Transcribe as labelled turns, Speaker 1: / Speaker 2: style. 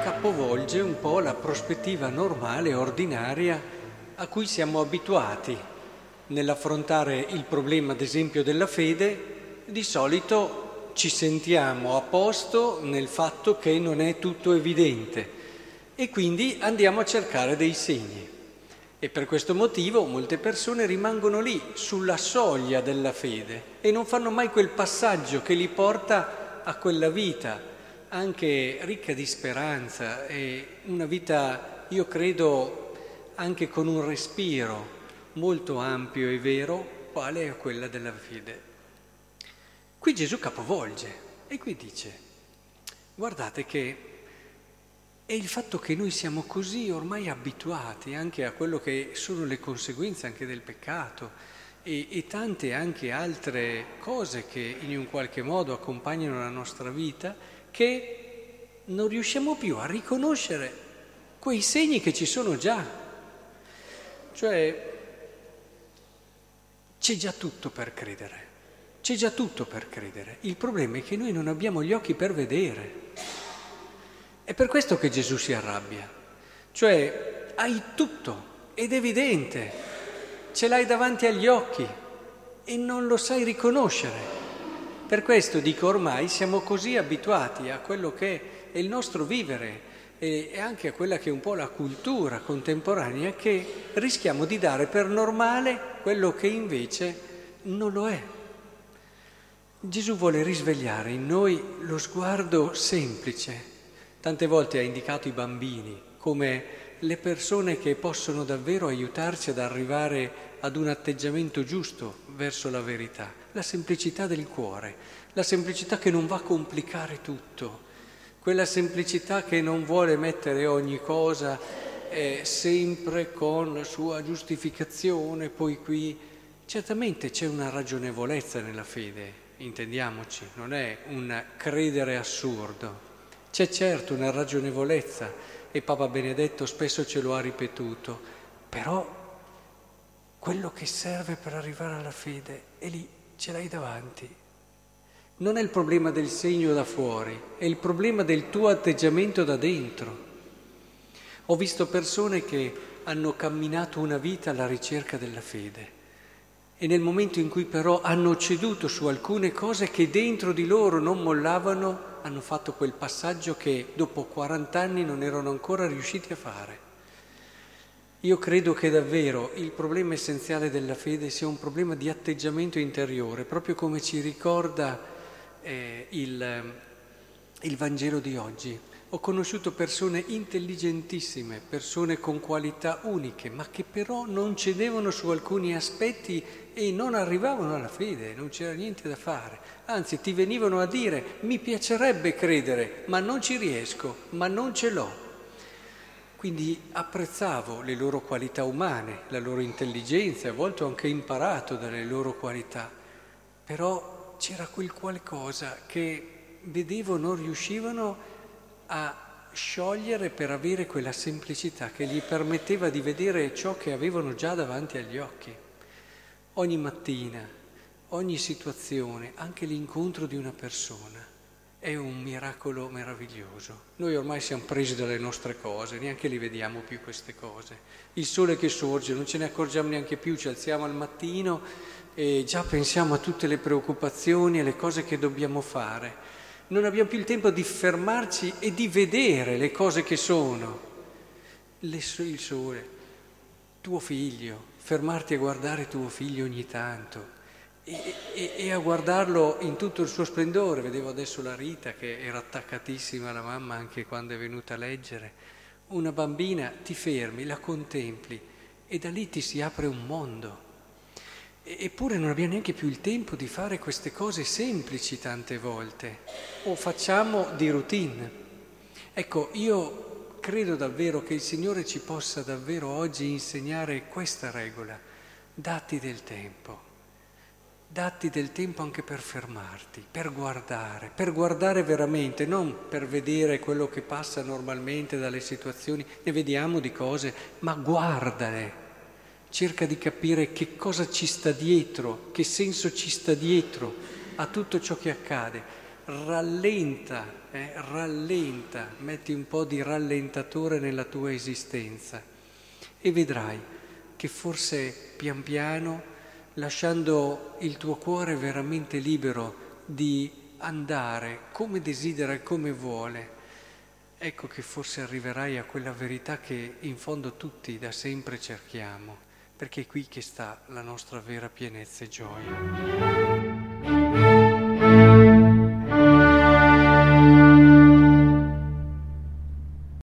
Speaker 1: capovolge un po' la prospettiva normale, ordinaria, a cui siamo abituati nell'affrontare il problema, ad esempio, della fede. Di solito ci sentiamo a posto nel fatto che non è tutto evidente e quindi andiamo a cercare dei segni. E per questo motivo molte persone rimangono lì, sulla soglia della fede, e non fanno mai quel passaggio che li porta a quella vita, anche ricca di speranza, e una vita, io credo, anche con un respiro molto ampio e vero, quale è quella della fede. Qui Gesù capovolge e qui dice: guardate che è il fatto che noi siamo così ormai abituati anche a quello che sono le conseguenze anche del peccato e tante anche altre cose che in un qualche modo accompagnano la nostra vita, che non riusciamo più a riconoscere quei segni che ci sono già. Cioè, c'è già tutto per credere, c'è già tutto per credere. Il problema è che noi non abbiamo gli occhi per vedere. È per questo che Gesù si arrabbia. Cioè, hai tutto ed è evidente, ce l'hai davanti agli occhi e non lo sai riconoscere. Per questo dico, ormai siamo così abituati a quello che è il nostro vivere e anche a quella che è un po' la cultura contemporanea, che rischiamo di dare per normale quello che invece non lo è. Gesù vuole risvegliare in noi lo sguardo semplice. Tante volte ha indicato i bambini come le persone che possono davvero aiutarci ad arrivare ad un atteggiamento giusto verso la verità, la semplicità del cuore, la semplicità che non va a complicare tutto, quella semplicità che non vuole mettere ogni cosa sempre con la sua giustificazione. Poi qui certamente c'è una ragionevolezza nella fede, intendiamoci, non è un credere assurdo. C'è certo una ragionevolezza e Papa Benedetto spesso ce lo ha ripetuto, però quello che serve per arrivare alla fede è lì, ce l'hai davanti. Non è il problema del segno da fuori, è il problema del tuo atteggiamento da dentro. Ho visto persone che hanno camminato una vita alla ricerca della fede e nel momento in cui però hanno ceduto su alcune cose che dentro di loro non mollavano, hanno fatto quel passaggio che dopo 40 anni non erano ancora riusciti a fare. Io credo che davvero il problema essenziale della fede sia un problema di atteggiamento interiore, proprio come ci ricorda il Vangelo di oggi. Ho conosciuto persone intelligentissime, persone con qualità uniche, ma che però non cedevano su alcuni aspetti e non arrivavano alla fede, non c'era niente da fare. Anzi, ti venivano a dire: mi piacerebbe credere, ma non ci riesco, ma non ce l'ho. Quindi apprezzavo le loro qualità umane, la loro intelligenza, a volte ho anche imparato dalle loro qualità, però c'era quel qualcosa che vedevo non riuscivano a sciogliere per avere quella semplicità che gli permetteva di vedere ciò che avevano già davanti agli occhi. Ogni mattina, ogni situazione, anche l'incontro di una persona è un miracolo meraviglioso. Noi ormai siamo presi dalle nostre cose, neanche li vediamo più queste cose. Il sole che sorge, non ce ne accorgiamo neanche più, ci alziamo al mattino e già pensiamo a tutte le preoccupazioni e le cose che dobbiamo fare. Non abbiamo più il tempo di fermarci e di vedere le cose che sono. Il sole, tuo figlio, fermarti a guardare tuo figlio ogni tanto e a guardarlo in tutto il suo splendore. Vedevo adesso la Rita che era attaccatissima alla mamma anche quando è venuta a leggere. Una bambina, ti fermi, la contempli e da lì ti si apre un mondo. Eppure non abbiamo neanche più il tempo di fare queste cose semplici tante volte, o facciamo di routine. Ecco, io credo davvero che il Signore ci possa davvero oggi insegnare questa regola: datti del tempo anche per fermarti, per guardare veramente, non per vedere quello che passa normalmente dalle situazioni, ne vediamo di cose, ma guardale. Cerca di capire che cosa ci sta dietro, che senso ci sta dietro a tutto ciò che accade. rallenta, metti un po' di rallentatore nella tua esistenza e vedrai che forse pian piano, lasciando il tuo cuore veramente libero di andare come desidera e come vuole, ecco che forse arriverai a quella verità che in fondo tutti da sempre cerchiamo, perché è qui che sta la nostra vera pienezza e gioia.